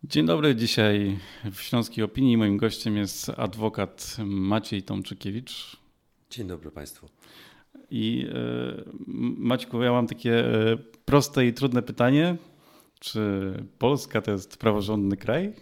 Dzień dobry, dzisiaj w Śląskiej Opinii moim gościem jest adwokat Maciej Tomczykiewicz. Dzień dobry Państwu. I Maćku, ja mam takie proste i trudne pytanie. Czy Polska to jest praworządny kraj?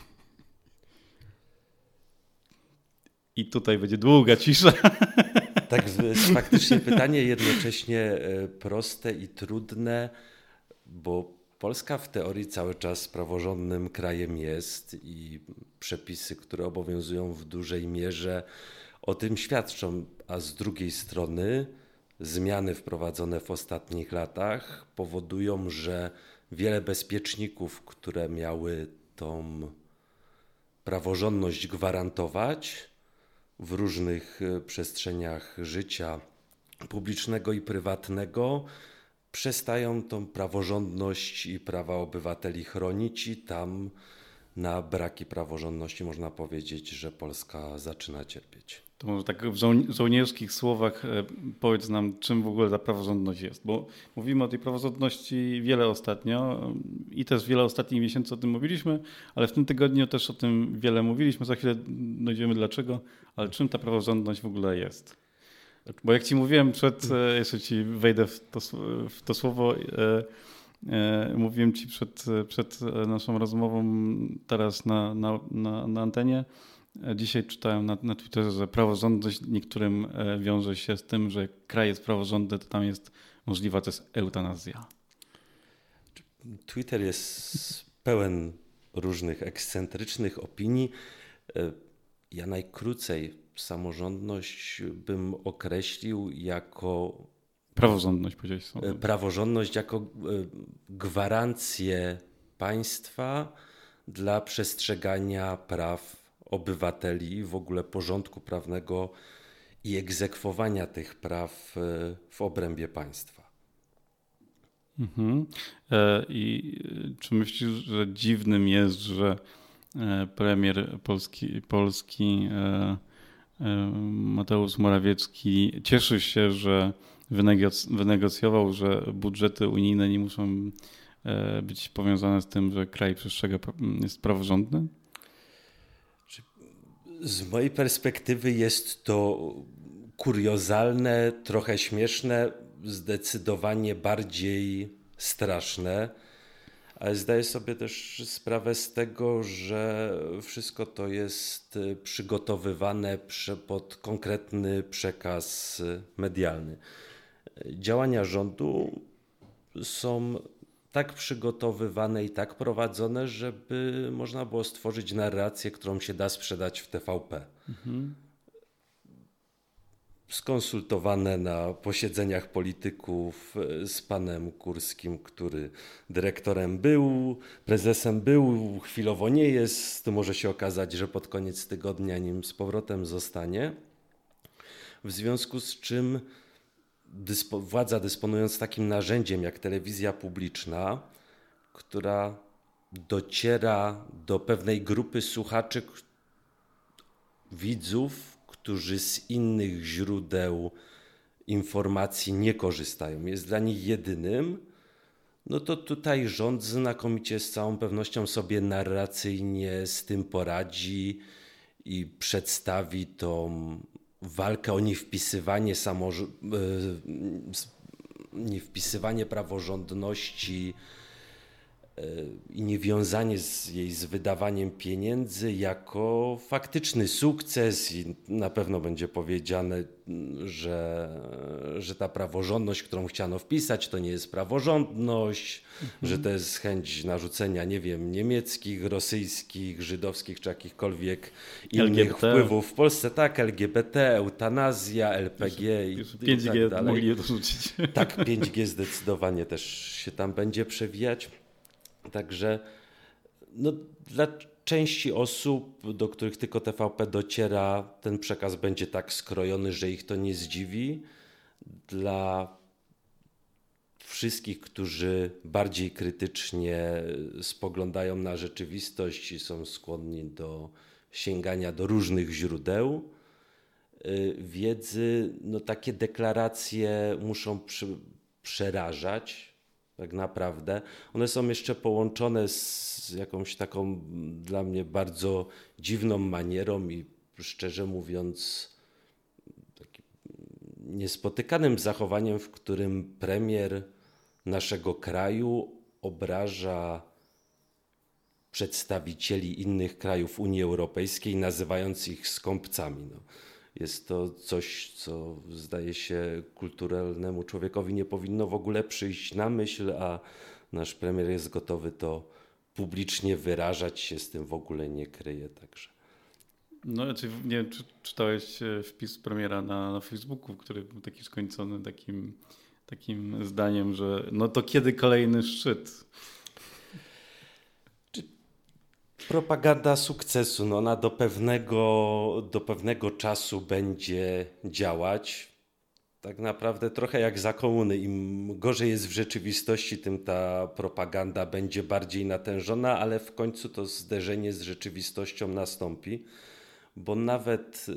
I tutaj będzie długa cisza. Tak, faktycznie pytanie jednocześnie proste i trudne, bo Polska w teorii cały czas praworządnym krajem jest i przepisy, które obowiązują w dużej mierze o tym świadczą, a z drugiej strony zmiany wprowadzone w ostatnich latach powodują, że wiele bezpieczników, które miały tą praworządność gwarantować w różnych przestrzeniach życia publicznego i prywatnego, przestają tą praworządność i prawa obywateli chronić i tam na braki praworządności można powiedzieć, że Polska zaczyna cierpieć. To może tak w żołnierskich słowach powiedz nam, czym w ogóle ta praworządność jest, bo mówimy o tej praworządności wiele ostatnio i też wiele ostatnich miesięcy o tym mówiliśmy, ale w tym tygodniu też o tym wiele mówiliśmy, za chwilę dojdziemy dlaczego, ale czym ta praworządność w ogóle jest? Bo jak ci mówiłem jeszcze ci wejdę w to słowo, mówiłem ci przed naszą rozmową teraz na antenie. Dzisiaj czytałem na Twitterze, że praworządność niektórym wiąże się z tym, że kraj jest praworządny, to tam jest możliwa też eutanazja. Twitter jest pełen różnych ekscentrycznych opinii. Ja najkrócej samorządność bym określił jako... Praworządność, powiedziałeś. Praworządność jako gwarancję państwa dla przestrzegania praw obywateli, w ogóle porządku prawnego i egzekwowania tych praw w obrębie państwa. Mhm. I czy myślisz, że dziwnym jest, że premier Polski Mateusz Morawiecki cieszy się, że wynegocjował, że budżety unijne nie muszą być powiązane z tym, że kraj jest praworządny? Z mojej perspektywy jest to kuriozalne, trochę śmieszne, zdecydowanie bardziej straszne, ale zdaję sobie też sprawę z tego, że wszystko to jest przygotowywane pod konkretny przekaz medialny. Działania rządu są tak przygotowywane i tak prowadzone, żeby można było stworzyć narrację, którą się da sprzedać w TVP. Skonsultowane na posiedzeniach polityków z panem Kurskim, który dyrektorem był, prezesem był, chwilowo nie jest. Może się okazać, że pod koniec tygodnia nim z powrotem zostanie. W związku z czym władza, dysponując takim narzędziem jak telewizja publiczna, która dociera do pewnej grupy słuchaczy, widzów, którzy z innych źródeł informacji nie korzystają, jest dla nich jedynym, no to tutaj rząd znakomicie z całą pewnością sobie narracyjnie z tym poradzi i przedstawi tą walkę o niewpisywanie praworządności i niewiązanie jej z wydawaniem pieniędzy jako faktyczny sukces i na pewno będzie powiedziane, że ta praworządność, którą chciano wpisać, to nie jest praworządność, że to jest chęć narzucenia, nie wiem, niemieckich, rosyjskich, żydowskich czy jakichkolwiek innych LGBT. wpływów w Polsce. Tak, LGBT, eutanazja, LPG i 5G tak dalej. mogli je dorzucić. Tak, 5G zdecydowanie też się tam będzie przewijać. Także no, dla części osób, do których tylko TVP dociera, ten przekaz będzie tak skrojony, że ich to nie zdziwi. Dla wszystkich, którzy bardziej krytycznie spoglądają na rzeczywistość i są skłonni do sięgania do różnych źródeł wiedzy, no takie deklaracje muszą przerażać. tak naprawdę. One są jeszcze połączone z jakąś taką dla mnie bardzo dziwną manierą i szczerze mówiąc takim niespotykanym zachowaniem, w którym premier naszego kraju obraża przedstawicieli innych krajów Unii Europejskiej, nazywając ich skąpcami. No, jest to coś, co zdaje się kulturalnemu człowiekowi nie powinno w ogóle przyjść na myśl, a nasz premier jest gotowy to publicznie wyrażać, się z tym w ogóle nie kryje. Także. No, nie wiem, czy czytałeś wpis premiera na Facebooku, który był taki skończony takim zdaniem, że no to kiedy kolejny szczyt? Propaganda sukcesu, no ona do pewnego czasu będzie działać. Tak naprawdę trochę jak za komuny. Im gorzej jest w rzeczywistości, tym ta propaganda będzie bardziej natężona, ale w końcu to zderzenie z rzeczywistością nastąpi, bo nawet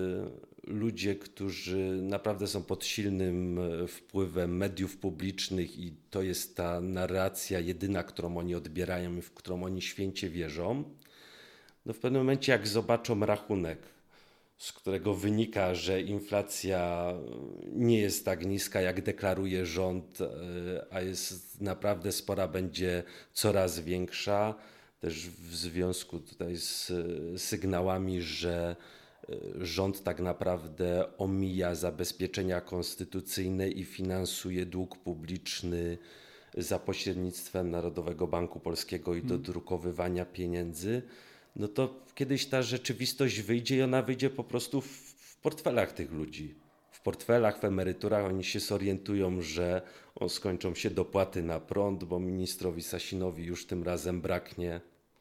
ludzie, którzy naprawdę są pod silnym wpływem mediów publicznych i to jest ta narracja jedyna, którą oni odbierają i w którą oni święcie wierzą, no w pewnym momencie jak zobaczą rachunek, z którego wynika, że inflacja nie jest tak niska, jak deklaruje rząd, a jest naprawdę spora, będzie coraz większa, też w związku tutaj z sygnałami, że rząd tak naprawdę omija zabezpieczenia konstytucyjne i finansuje dług publiczny za pośrednictwem Narodowego Banku Polskiego i dodrukowywania pieniędzy, no to kiedyś ta rzeczywistość wyjdzie i ona wyjdzie po prostu w portfelach tych ludzi. W portfelach, w emeryturach oni się zorientują, że skończą się dopłaty na prąd, bo ministrowi Sasinowi już tym razem braknie.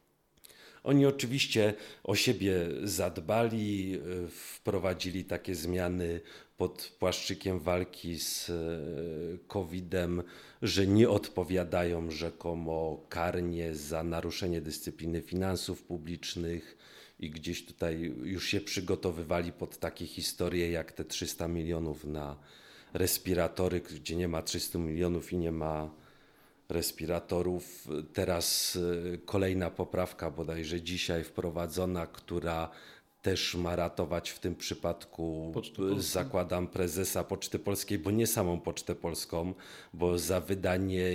Oni oczywiście o siebie zadbali, wprowadzili takie zmiany pod płaszczykiem walki z COVID-em, że nie odpowiadają rzekomo karnie za naruszenie dyscypliny finansów publicznych i gdzieś tutaj już się przygotowywali pod takie historie jak te 300 milionów na respiratory, gdzie nie ma 300 milionów i nie ma respiratorów. Teraz kolejna poprawka, bodajże dzisiaj wprowadzona, która też ma ratować w tym przypadku, zakładam, prezesa Poczty Polskiej, bo nie samą Pocztę Polską, bo za wydanie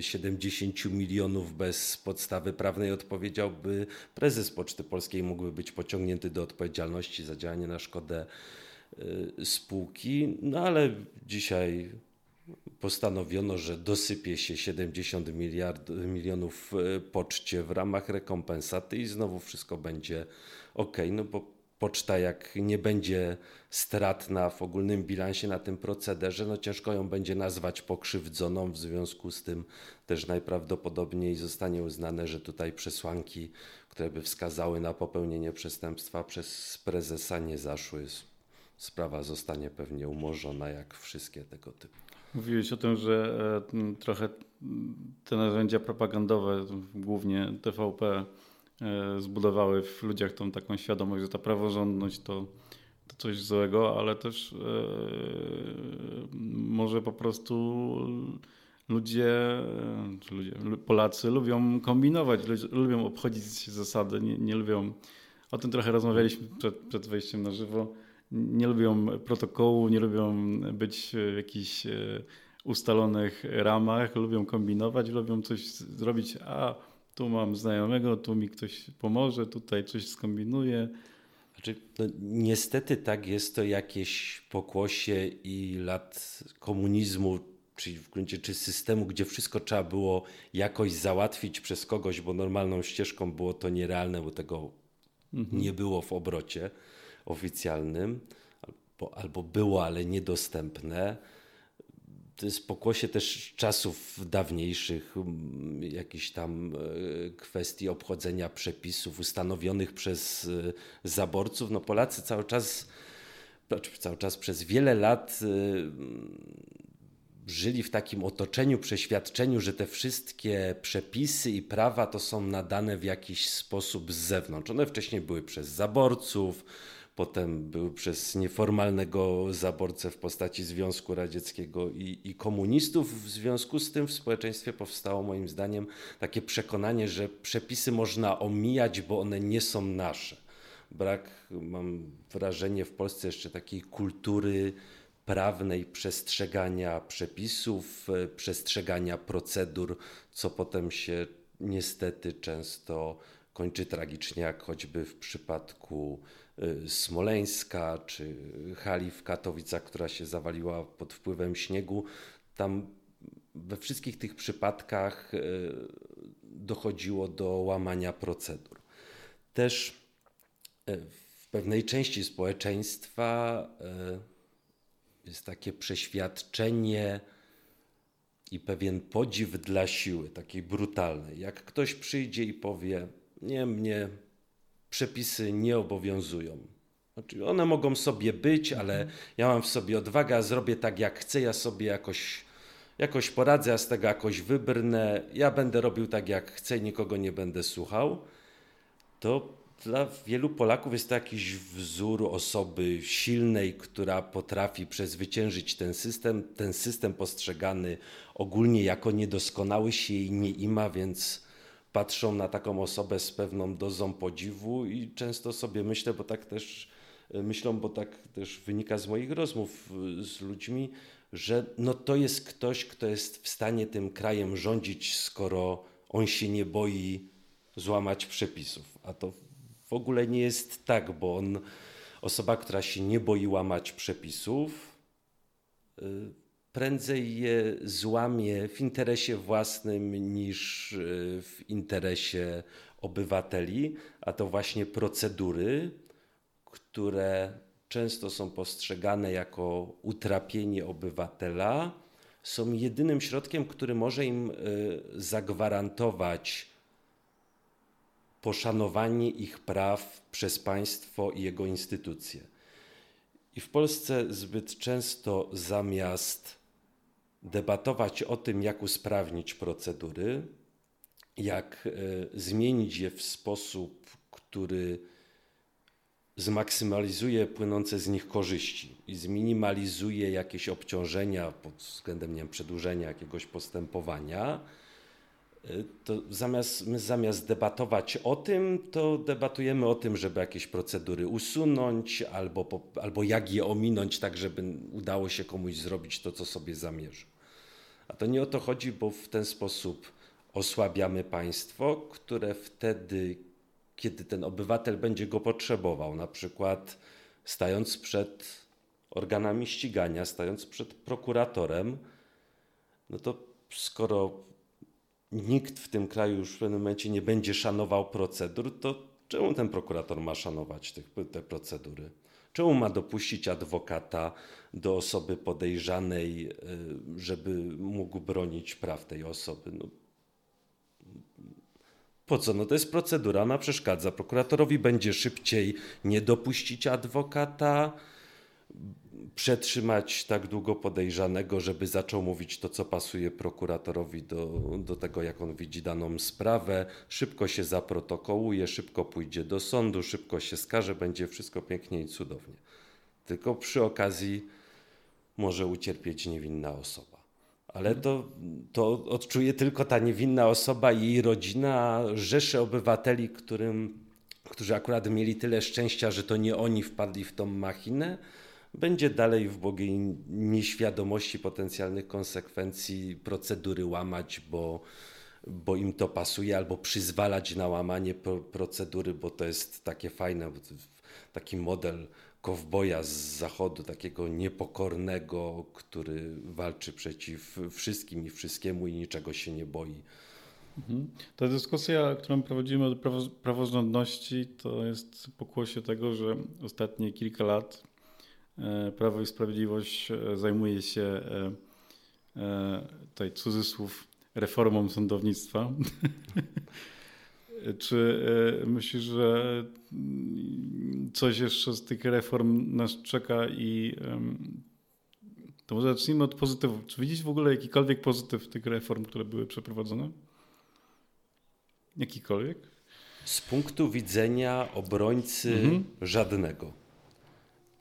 70 milionów bez podstawy prawnej odpowiedziałby prezes Poczty Polskiej, mógłby być pociągnięty do odpowiedzialności za działanie na szkodę spółki. No ale dzisiaj postanowiono, że dosypie się 70 milionów poczcie w ramach rekompensaty i znowu wszystko będzie ok. No bo poczta jak nie będzie stratna w ogólnym bilansie na tym procederze, no ciężko ją będzie nazwać pokrzywdzoną, w związku z tym też najprawdopodobniej zostanie uznane, że tutaj przesłanki, które by wskazały na popełnienie przestępstwa przez prezesa nie zaszły. Sprawa zostanie pewnie umorzona jak wszystkie tego typu. Mówiłeś o tym, że trochę te narzędzia propagandowe, głównie TVP, zbudowały w ludziach tą taką świadomość, że ta praworządność to coś złego, ale też może po prostu Polacy lubią kombinować, lubią obchodzić zasady, nie lubią, o tym trochę rozmawialiśmy przed wejściem na żywo, nie lubią protokołu, nie lubią być w jakichś ustalonych ramach, lubią kombinować, lubią coś zrobić, a tu mam znajomego, tu mi ktoś pomoże, tutaj coś skombinuje. Znaczy, no, niestety tak, jest to jakieś pokłosie i lat komunizmu, czyli w gruncie czy systemu, gdzie wszystko trzeba było jakoś załatwić przez kogoś, bo normalną ścieżką było to nierealne, bo tego nie było w obrocie oficjalnym, albo było, ale niedostępne. To jest pokłosie też czasów dawniejszych, jakichś tam kwestii obchodzenia przepisów ustanowionych przez zaborców. No Polacy cały czas przez wiele lat żyli w takim otoczeniu, przeświadczeniu, że te wszystkie przepisy i prawa to są nadane w jakiś sposób z zewnątrz. One wcześniej były przez zaborców, potem był przez nieformalnego zaborcę w postaci Związku Radzieckiego i komunistów. W związku z tym w społeczeństwie powstało moim zdaniem takie przekonanie, że przepisy można omijać, bo one nie są nasze. Mam wrażenie, w Polsce jeszcze takiej kultury prawnej przestrzegania przepisów, przestrzegania procedur, co potem się niestety często kończy tragicznie, jak choćby w przypadku Smoleńska czy hali w Katowicach, która się zawaliła pod wpływem śniegu. Tam we wszystkich tych przypadkach dochodziło do łamania procedur. Też w pewnej części społeczeństwa jest takie przeświadczenie i pewien podziw dla siły, takiej brutalnej. Jak ktoś przyjdzie i powie, nie, mnie przepisy nie obowiązują. Znaczy one mogą sobie być, ale ja mam w sobie odwagę, zrobię tak jak chcę, ja sobie jakoś poradzę, ja z tego jakoś wybrnę, ja będę robił tak jak chcę, nikogo nie będę słuchał. To dla wielu Polaków jest to jakiś wzór osoby silnej, która potrafi przezwyciężyć ten system postrzegany ogólnie jako niedoskonały się jej nie ima, więc patrzą na taką osobę z pewną dozą podziwu i często sobie myślę, bo tak też wynika z moich rozmów z ludźmi, że no to jest ktoś, kto jest w stanie tym krajem rządzić, skoro on się nie boi złamać przepisów. A to w ogóle nie jest tak, bo osoba, która się nie boi łamać przepisów, prędzej je złamie w interesie własnym niż w interesie obywateli, a to właśnie procedury, które często są postrzegane jako utrapienie obywatela, są jedynym środkiem, który może im zagwarantować poszanowanie ich praw przez państwo i jego instytucje. I w Polsce zbyt często zamiast debatować o tym, jak usprawnić procedury, jak zmienić je w sposób, który zmaksymalizuje płynące z nich korzyści i zminimalizuje jakieś obciążenia pod względem, przedłużenia jakiegoś postępowania, to zamiast debatować o tym, to debatujemy o tym, żeby jakieś procedury usunąć albo jak je ominąć, tak żeby udało się komuś zrobić to, co sobie zamierzył. A to nie o to chodzi, bo w ten sposób osłabiamy państwo, które wtedy, kiedy ten obywatel będzie go potrzebował, na przykład stając przed organami ścigania, stając przed prokuratorem, no to skoro nikt w tym kraju już w pewnym momencie nie będzie szanował procedur, to czemu ten prokurator ma szanować te procedury? Czemu ma dopuścić adwokata do osoby podejrzanej, żeby mógł bronić praw tej osoby? No, po co? No to jest procedura, ona przeszkadza. Prokuratorowi będzie szybciej nie dopuścić adwokata, przetrzymać tak długo podejrzanego, żeby zaczął mówić to, co pasuje prokuratorowi do tego, jak on widzi daną sprawę. Szybko się zaprotokołuje, szybko pójdzie do sądu, szybko się skaże, będzie wszystko pięknie i cudownie. Tylko przy okazji może ucierpieć niewinna osoba. Ale to odczuje tylko ta niewinna osoba i jej rodzina, rzesze obywateli, którzy akurat mieli tyle szczęścia, że to nie oni wpadli w tą machinę, będzie dalej w błogiej nieświadomości potencjalnych konsekwencji procedury łamać, bo im to pasuje, albo przyzwalać na łamanie procedury, bo to jest takie fajne, bo to taki model kowboja z zachodu, takiego niepokornego, który walczy przeciw wszystkim i wszystkiemu i niczego się nie boi. Ta dyskusja, którą prowadzimy o praworządności, to jest pokłosie tego, że ostatnie kilka lat Prawo i Sprawiedliwość zajmuje się, tutaj cudzysłów, reformą sądownictwa. Czy myślisz, że coś jeszcze z tych reform nas czeka i to może zacznijmy od pozytywów. Czy widzisz w ogóle jakikolwiek pozytyw tych reform, które były przeprowadzone? Jakikolwiek? Z punktu widzenia obrońcy żadnego.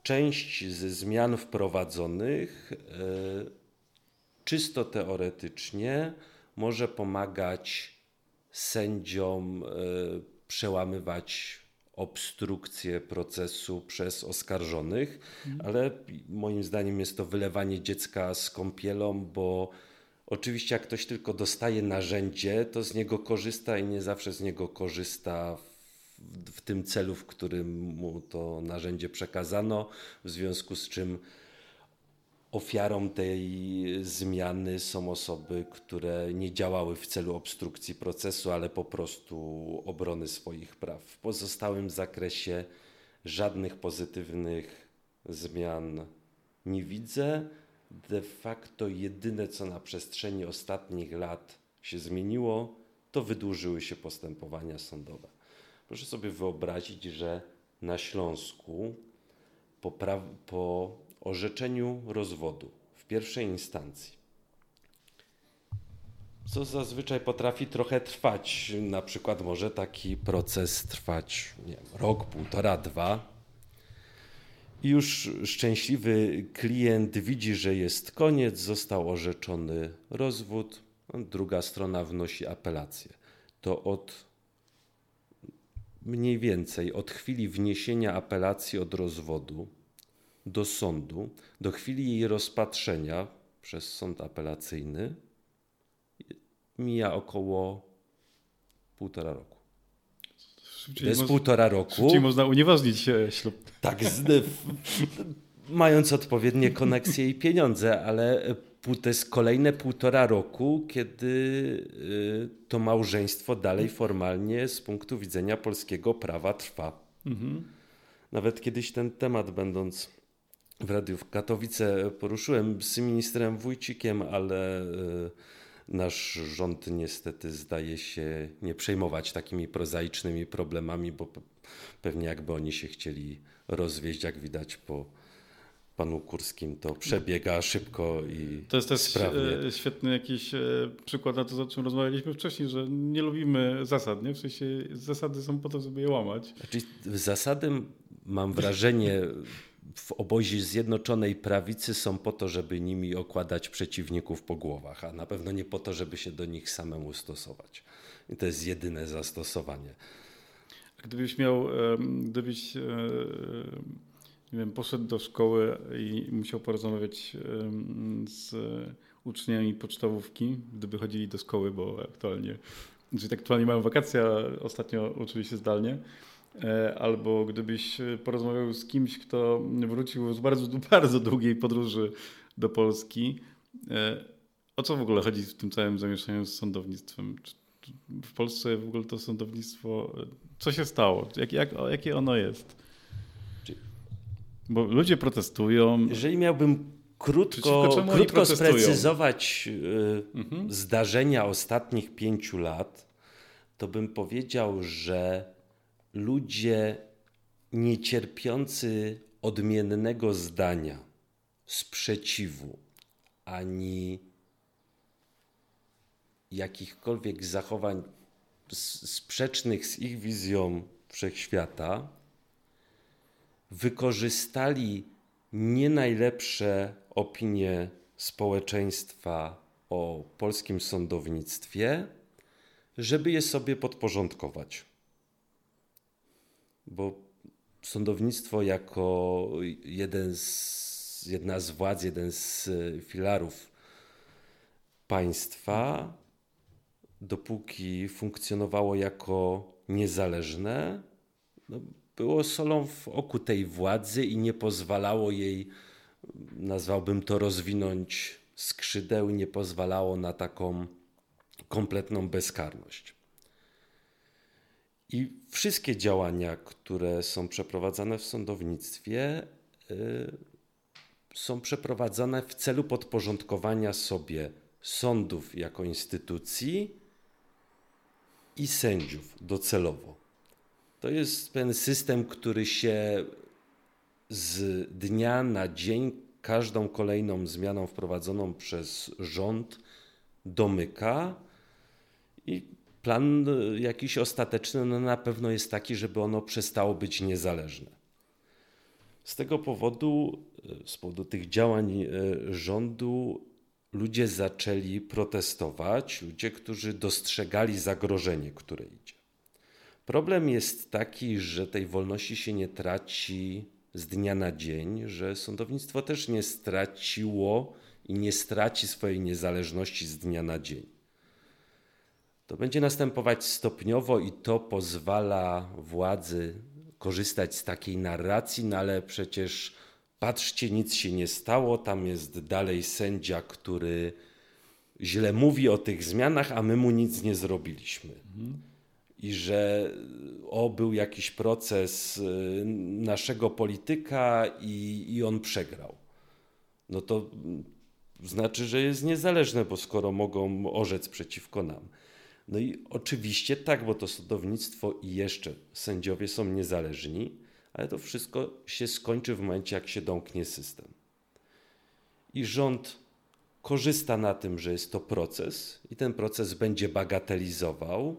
część ze zmian wprowadzonych czysto teoretycznie może pomagać sędziom przełamywać obstrukcję procesu przez oskarżonych, ale moim zdaniem jest to wylewanie dziecka z kąpielą, bo oczywiście jak ktoś tylko dostaje narzędzie, to z niego korzysta i nie zawsze z niego korzysta w tym celu, w którym mu to narzędzie przekazano, w związku z czym ofiarą tej zmiany są osoby, które nie działały w celu obstrukcji procesu, ale po prostu obrony swoich praw. W pozostałym zakresie żadnych pozytywnych zmian nie widzę. De facto jedyne, co na przestrzeni ostatnich lat się zmieniło, to wydłużyły się postępowania sądowe. Proszę sobie wyobrazić, że na Śląsku po orzeczeniu rozwodu w pierwszej instancji, co zazwyczaj potrafi trochę trwać, na przykład może taki proces trwać rok, półtora, 2, i już szczęśliwy klient widzi, że jest koniec, został orzeczony rozwód, druga strona wnosi apelację. To mniej więcej od chwili wniesienia apelacji od rozwodu do sądu, do chwili jej rozpatrzenia przez sąd apelacyjny mija około 1,5 roku. To jest 1,5 roku. Szybciej można unieważnić ślub. Tak, mając odpowiednie koneksje i pieniądze, ale to jest kolejne 1,5 roku, kiedy to małżeństwo dalej formalnie z punktu widzenia polskiego prawa trwa. Nawet kiedyś ten temat, będąc w Radiu w Katowice, poruszyłem z ministrem Wójcikiem, ale nasz rząd niestety zdaje się nie przejmować takimi prozaicznymi problemami, bo pewnie jakby oni się chcieli rozwieść, jak widać po panu Kurskim, to przebiega szybko i to jest też sprawnie. Świetny jakiś przykład na to, o czym rozmawialiśmy wcześniej, że nie lubimy zasad, nie? W sensie zasady są po to, żeby je łamać. Znaczy, zasady, mam wrażenie, w obozie Zjednoczonej Prawicy są po to, żeby nimi okładać przeciwników po głowach, a na pewno nie po to, żeby się do nich samemu stosować. I to jest jedyne zastosowanie. Gdybyś nie wiem, poszedł do szkoły i musiał porozmawiać z uczniami podstawówki, gdyby chodzili do szkoły, bo aktualnie mają wakacje, a ostatnio uczyli się zdalnie, albo gdybyś porozmawiał z kimś, kto wrócił z bardzo, bardzo długiej podróży do Polski, o co w ogóle chodzi w tym całym zamieszaniu z sądownictwem? W Polsce w ogóle to sądownictwo, co się stało? Jakie ono jest? Bo ludzie protestują. Jeżeli miałbym krótko sprecyzować zdarzenia ostatnich 5 lat, to bym powiedział, że ludzie niecierpiący odmiennego zdania, sprzeciwu, ani jakichkolwiek zachowań sprzecznych z ich wizją wszechświata, wykorzystali nie najlepsze opinie społeczeństwa o polskim sądownictwie, żeby je sobie podporządkować. Bo sądownictwo jako jedna z władz, jeden z filarów państwa, dopóki funkcjonowało jako niezależne, było solą w oku tej władzy i nie pozwalało jej, nazwałbym to, rozwinąć skrzydeł, nie pozwalało na taką kompletną bezkarność. I wszystkie działania, które są przeprowadzane w sądownictwie, są przeprowadzane w celu podporządkowania sobie sądów jako instytucji i sędziów docelowo. To jest ten system, który się z dnia na dzień, każdą kolejną zmianą wprowadzoną przez rząd domyka i plan jakiś ostateczny na pewno jest taki, żeby ono przestało być niezależne. Z tego powodu, z powodu tych działań rządu, ludzie zaczęli protestować, ludzie, którzy dostrzegali zagrożenie, które idzie. Problem jest taki, że tej wolności się nie traci z dnia na dzień, że sądownictwo też nie straciło i nie straci swojej niezależności z dnia na dzień. To będzie następować stopniowo i to pozwala władzy korzystać z takiej narracji, no ale przecież patrzcie, nic się nie stało, tam jest dalej sędzia, który źle mówi o tych zmianach, a my mu nic nie zrobiliśmy. I że był jakiś proces naszego polityka i on przegrał. No to znaczy, że jest niezależne, bo skoro mogą orzec przeciwko nam. No i oczywiście tak, bo to sądownictwo i jeszcze sędziowie są niezależni, ale to wszystko się skończy w momencie, jak się domknie system. I rząd korzysta na tym, że jest to proces i ten proces będzie bagatelizował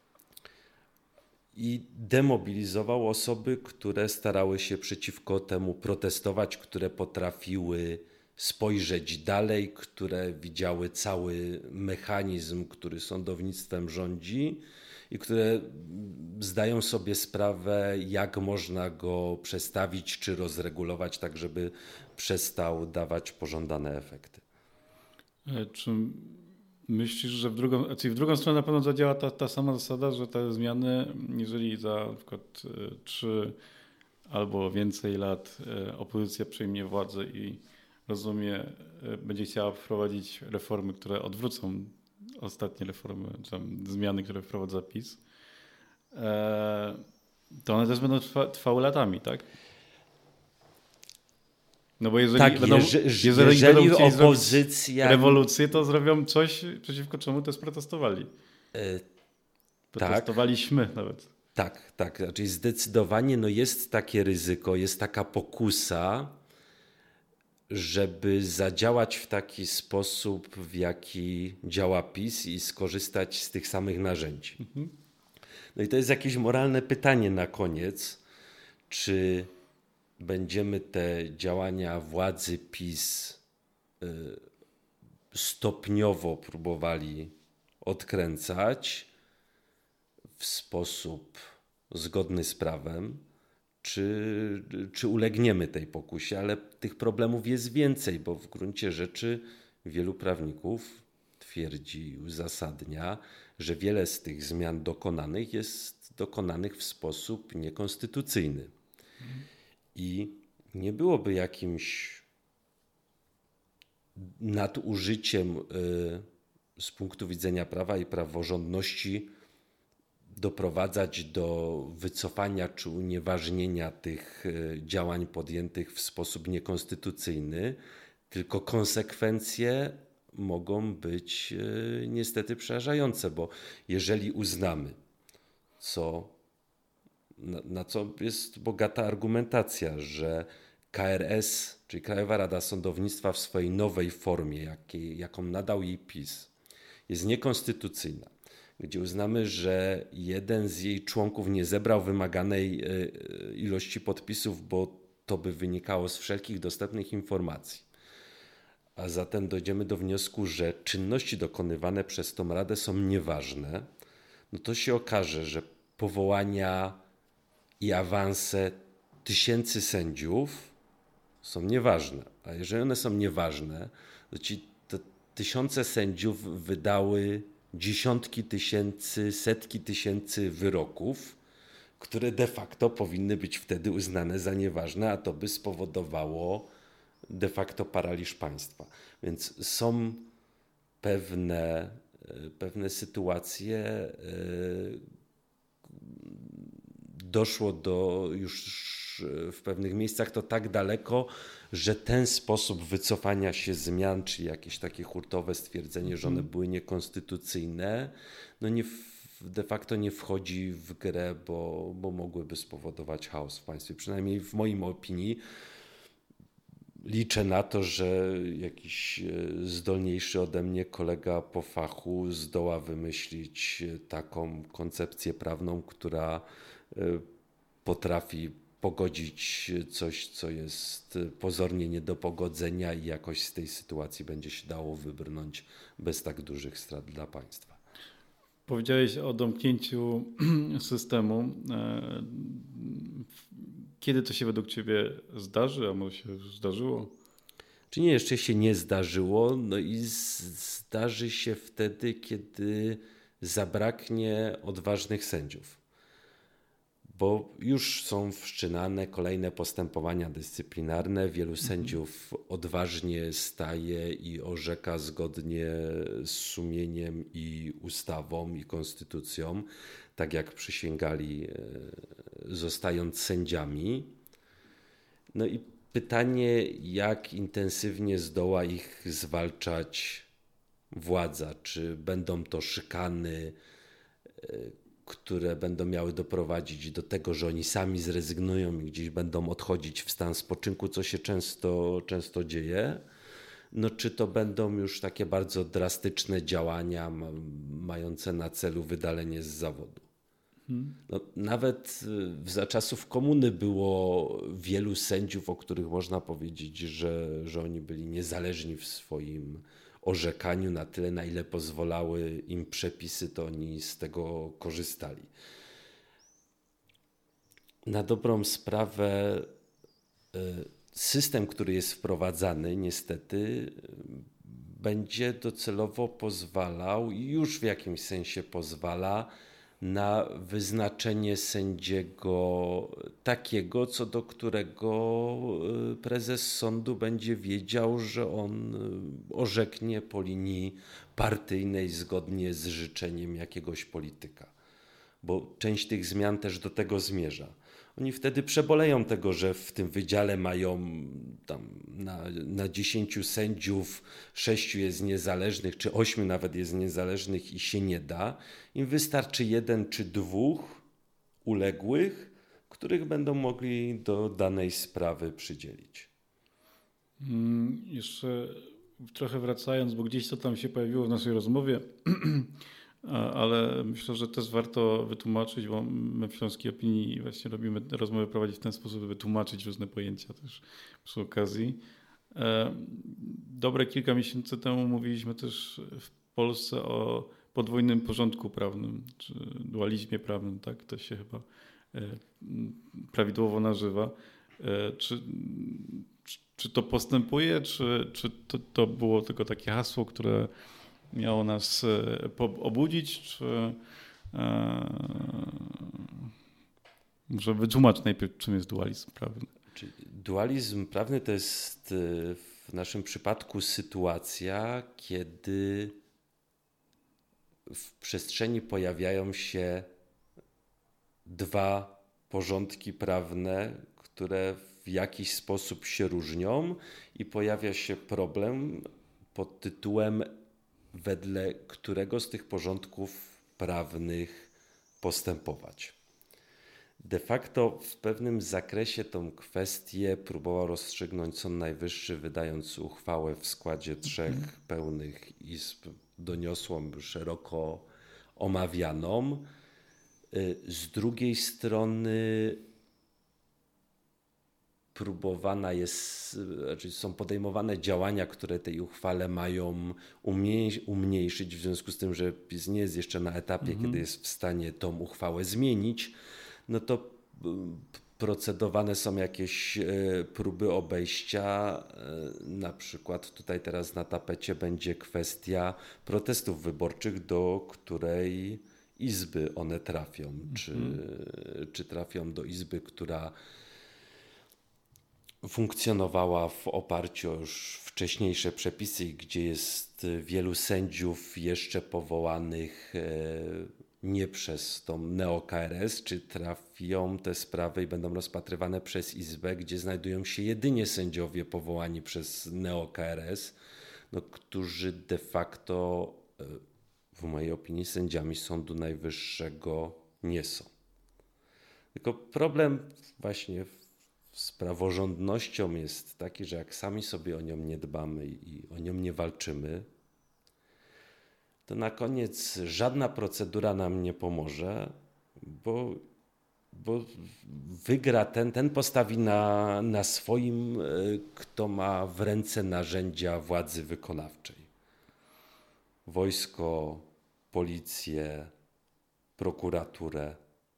i demobilizował osoby, które starały się przeciwko temu protestować, które potrafiły spojrzeć dalej, które widziały cały mechanizm, który sądownictwem rządzi i które zdają sobie sprawę, jak można go przestawić czy rozregulować tak, żeby przestał dawać pożądane efekty. Czy myślisz, że w drugą stronę na pewno zadziała ta sama zasada, że te zmiany, jeżeli za na przykład 3 albo więcej lat opozycja przejmie władzę i będzie chciała wprowadzić reformy, które odwrócą ostatnie reformy, czy tam zmiany, które wprowadza PiS, to one też będą trwały latami, tak? No bo jeżeli będą opozycja rewolucję, to zrobią coś, przeciwko czemu też protestowali. Protestowaliśmy nawet. Tak. Znaczy zdecydowanie jest takie ryzyko, jest taka pokusa, żeby zadziałać w taki sposób, w jaki działa PiS i skorzystać z tych samych narzędzi. No i to jest jakieś moralne pytanie na koniec, czy będziemy te działania władzy PiS stopniowo próbowali odkręcać w sposób zgodny z prawem, czy ulegniemy tej pokusie, ale tych problemów jest więcej, bo w gruncie rzeczy wielu prawników twierdzi i uzasadnia, że wiele z tych zmian dokonanych jest dokonanych w sposób niekonstytucyjny. I nie byłoby jakimś nadużyciem z punktu widzenia prawa i praworządności doprowadzać do wycofania czy unieważnienia tych działań podjętych w sposób niekonstytucyjny, tylko konsekwencje mogą być niestety przerażające, bo jeżeli uznamy, na co jest bogata argumentacja, że KRS, czyli Krajowa Rada Sądownictwa w swojej nowej formie, jaką nadał jej PiS, jest niekonstytucyjna, gdzie uznamy, że jeden z jej członków nie zebrał wymaganej ilości podpisów, bo to by wynikało z wszelkich dostępnych informacji. A zatem dojdziemy do wniosku, że czynności dokonywane przez tą Radę są nieważne, no to się okaże, że powołania i awanse tysięcy sędziów są nieważne. A jeżeli one są nieważne, to tysiące sędziów wydały dziesiątki tysięcy, setki tysięcy wyroków, które de facto powinny być wtedy uznane za nieważne, a to by spowodowało de facto paraliż państwa. Więc są pewne sytuacje, doszło już w pewnych miejscach to tak daleko, że ten sposób wycofania się zmian, czy jakieś takie hurtowe stwierdzenie, że one były niekonstytucyjne, de facto nie wchodzi w grę, bo mogłyby spowodować chaos w państwie. Przynajmniej w moim opinii liczę na to, że jakiś zdolniejszy ode mnie kolega po fachu zdoła wymyślić taką koncepcję prawną, która potrafi pogodzić coś, co jest pozornie nie do pogodzenia i jakoś z tej sytuacji będzie się dało wybrnąć bez tak dużych strat dla państwa. Powiedziałeś o domknięciu systemu. Kiedy to się według Ciebie zdarzy, a może się już zdarzyło? Czy nie, jeszcze się nie zdarzyło, no i zdarzy się wtedy, kiedy zabraknie odważnych sędziów. Bo już są wszczynane kolejne postępowania dyscyplinarne. Wielu sędziów odważnie staje i orzeka zgodnie z sumieniem i ustawą i konstytucją, tak jak przysięgali, zostając sędziami. No i pytanie, jak intensywnie zdoła ich zwalczać władza. Czy będą to szykany, które będą miały doprowadzić do tego, że oni sami zrezygnują i gdzieś będą odchodzić w stan spoczynku, co się często dzieje. No, czy to będą już takie bardzo drastyczne działania mające na celu wydalenie z zawodu. No, nawet za czasów komuny było wielu sędziów, o których można powiedzieć, że oni byli niezależni w swoim orzekaniu na tyle, na ile pozwalały im przepisy, to oni z tego korzystali. Na dobrą sprawę system, który jest wprowadzany, niestety będzie docelowo pozwalał i już w jakimś sensie pozwala na wyznaczenie sędziego takiego, co do którego prezes sądu będzie wiedział, że on orzeknie po linii partyjnej zgodnie z życzeniem jakiegoś polityka. Bo część tych zmian też do tego zmierza. Oni wtedy przeboleją tego, że w tym wydziale mają tam na 10 sędziów 6 jest niezależnych, czy 8 nawet jest niezależnych i się nie da. Im wystarczy 1 czy 2 uległych, których będą mogli do danej sprawy przydzielić. Jeszcze trochę wracając, bo gdzieś to tam się pojawiło w naszej rozmowie, ale myślę, że też warto wytłumaczyć, bo my w Śląskiej Opinii właśnie robimy rozmowy prowadzić w ten sposób, by tłumaczyć różne pojęcia też przy okazji. Dobre kilka miesięcy temu mówiliśmy też w Polsce o podwójnym porządku prawnym, czy dualizmie prawnym, tak to się chyba prawidłowo nazywa. Czy to postępuje, czy to było tylko takie hasło, które miało nas obudzić, czy może wytłumacz najpierw, czym jest dualizm prawny? Dualizm prawny to jest w naszym przypadku sytuacja, kiedy w przestrzeni pojawiają się dwa porządki prawne, które w jakiś sposób się różnią i pojawia się problem pod tytułem, wedle którego z tych porządków prawnych postępować. De facto w pewnym zakresie tą kwestię próbował rozstrzygnąć Sąd Najwyższy, wydając uchwałę w składzie 3 pełnych izb, doniosłą, szeroko omawianą. Z drugiej strony są podejmowane działania, które tej uchwale mają umniejszyć, w związku z tym, że PiS nie jest jeszcze na etapie, kiedy jest w stanie tą uchwałę zmienić, no to procedowane są jakieś próby obejścia. Na przykład tutaj teraz na tapecie będzie kwestia protestów wyborczych, do której izby one trafią. Czy trafią do izby, która funkcjonowała w oparciu o już wcześniejsze przepisy, gdzie jest wielu sędziów jeszcze powołanych nie przez tą neo-KRS, czy trafią te sprawy i będą rozpatrywane przez Izbę, gdzie znajdują się jedynie sędziowie powołani przez neo-KRS, którzy de facto, w mojej opinii, sędziami Sądu Najwyższego nie są. Tylko problem właśnie z praworządnością jest taki, że jak sami sobie o nią nie dbamy i o nią nie walczymy, to na koniec żadna procedura nam nie pomoże, bo bo wygra ten postawi na swoim, kto ma w ręce narzędzia władzy wykonawczej. Wojsko, policję, prokuraturę.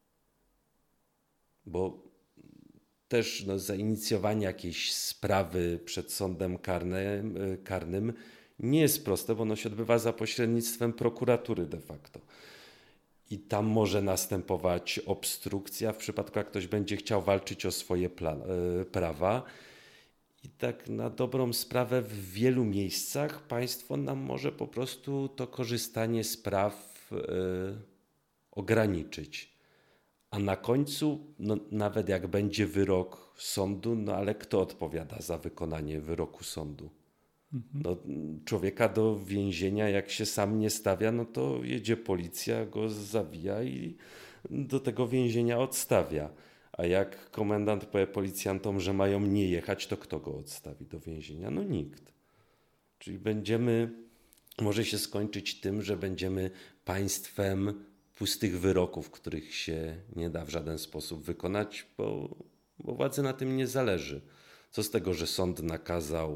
Bo też zainicjowanie jakiejś sprawy przed sądem karnym nie jest proste, bo ono się odbywa za pośrednictwem prokuratury de facto. I tam może następować obstrukcja w przypadku, jak ktoś będzie chciał walczyć o swoje prawa. I tak na dobrą sprawę w wielu miejscach państwo nam może po prostu to korzystanie z praw ograniczyć. A na końcu, nawet jak będzie wyrok sądu, ale kto odpowiada za wykonanie wyroku sądu? Człowieka do więzienia, jak się sam nie stawia, to jedzie policja, go zawija i do tego więzienia odstawia. A jak komendant powie policjantom, że mają nie jechać, to kto go odstawi do więzienia? Nikt. Czyli może się skończyć tym, że będziemy państwem pustych wyroków, których się nie da w żaden sposób wykonać, bo władzy na tym nie zależy. Co z tego, że sąd nakazał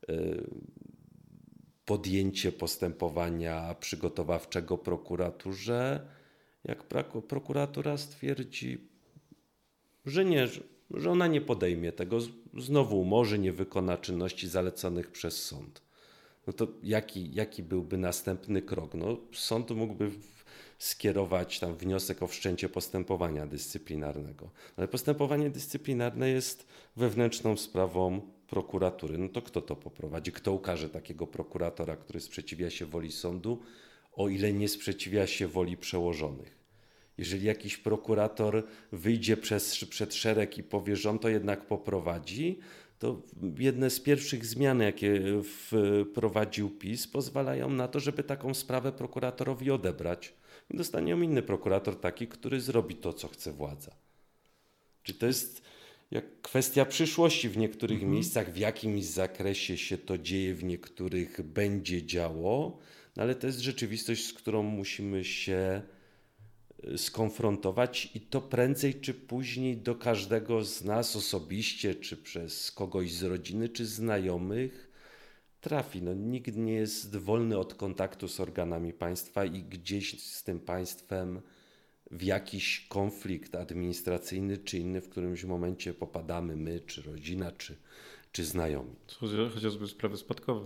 podjęcie postępowania przygotowawczego prokuraturze, jak prokuratura stwierdzi, że nie, że ona nie podejmie tego, znowu umorzy, nie wykona czynności zaleconych przez sąd. To jaki byłby następny krok? Sąd mógłby skierować tam wniosek o wszczęcie postępowania dyscyplinarnego. Ale postępowanie dyscyplinarne jest wewnętrzną sprawą prokuratury. To kto to poprowadzi? Kto ukaże takiego prokuratora, który sprzeciwia się woli sądu, o ile nie sprzeciwia się woli przełożonych? Jeżeli jakiś prokurator wyjdzie przed szereg i powie, że on to jednak poprowadzi, to jedne z pierwszych zmian, jakie wprowadził PiS, pozwalają na to, żeby taką sprawę prokuratorowi odebrać. I dostanie ją inny prokurator taki, który zrobi to, co chce władza. Czyli to jest jak kwestia przyszłości w niektórych miejscach, w jakimś zakresie się to dzieje, w niektórych będzie działo, ale to jest rzeczywistość, z którą musimy się skonfrontować i to prędzej czy później do każdego z nas osobiście, czy przez kogoś z rodziny, czy znajomych trafi. Nikt nie jest wolny od kontaktu z organami państwa i gdzieś z tym państwem w jakiś konflikt administracyjny czy inny w którymś momencie popadamy my, czy rodzina, czy znajomi. Chociażby sprawy spadkowe.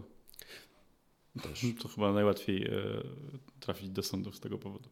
Też. To chyba najłatwiej trafić do sądu z tego powodu.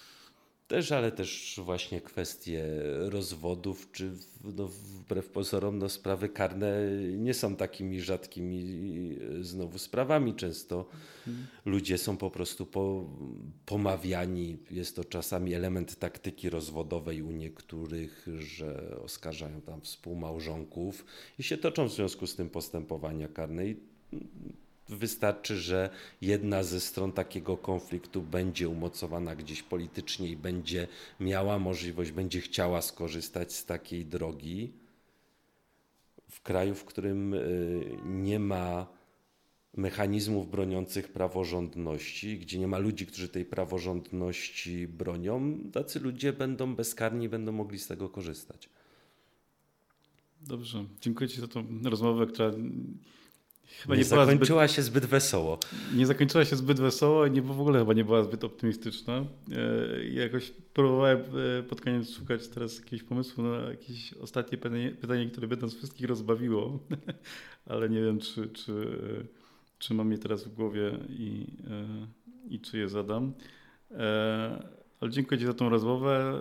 Ale też właśnie kwestie rozwodów, czy wbrew pozorom sprawy karne nie są takimi rzadkimi znowu sprawami. Często ludzie są po prostu pomawiani. Jest to czasami element taktyki rozwodowej u niektórych, że oskarżają tam współmałżonków i się toczą w związku z tym postępowania karne. Wystarczy, że jedna ze stron takiego konfliktu będzie umocowana gdzieś politycznie i będzie miała możliwość, będzie chciała skorzystać z takiej drogi w kraju, w którym nie ma mechanizmów broniących praworządności, gdzie nie ma ludzi, którzy tej praworządności bronią, tacy ludzie będą bezkarni i będą mogli z tego korzystać. Dobrze, dziękuję Ci za tą rozmowę, która chyba nie zakończyła się zbyt wesoło. Nie zakończyła się zbyt wesoło i w ogóle chyba nie była zbyt optymistyczna. Jakoś próbowałem pod koniec szukać teraz jakiegoś pomysłu na jakieś ostatnie pytanie, które by nas wszystkich rozbawiło, ale nie wiem, czy mam je teraz w głowie i czy je zadam. Ale dziękuję Ci za tą rozmowę.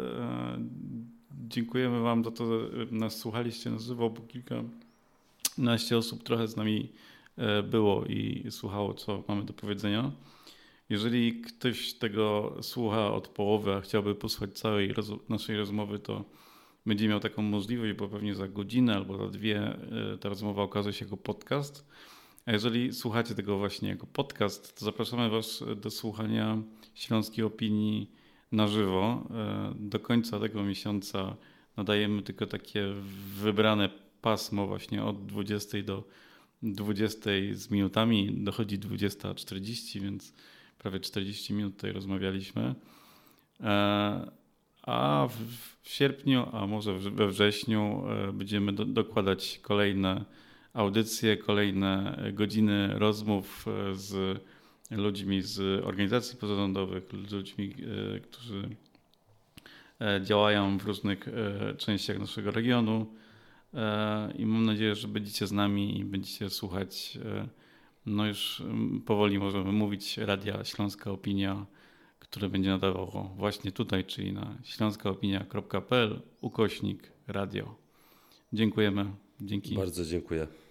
Dziękujemy Wam za to, że nas słuchaliście na żywo, bo kilkanaście osób trochę z nami było i słuchało, co mamy do powiedzenia. Jeżeli ktoś tego słucha od połowy, a chciałby posłuchać całej naszej rozmowy, to będzie miał taką możliwość, bo pewnie za godzinę albo za dwie ta rozmowa okaże się jako podcast. A jeżeli słuchacie tego właśnie jako podcast, to zapraszamy Was do słuchania Śląskiej Opinii na żywo. Do końca tego miesiąca nadajemy tylko takie wybrane pasmo właśnie od 20 do 20 z minutami, dochodzi 20:40, więc prawie 40 minut tutaj rozmawialiśmy. A w sierpniu, a może we wrześniu będziemy dokładać kolejne audycje, kolejne godziny rozmów z ludźmi z organizacji pozarządowych, ludźmi, którzy działają w różnych częściach naszego regionu. I mam nadzieję, że będziecie z nami i będziecie słuchać. No już powoli możemy mówić Radia Śląska Opinia, które będzie nadawało właśnie tutaj, czyli na śląskaopinia.pl /radio. Dziękujemy. Dzięki. Bardzo dziękuję.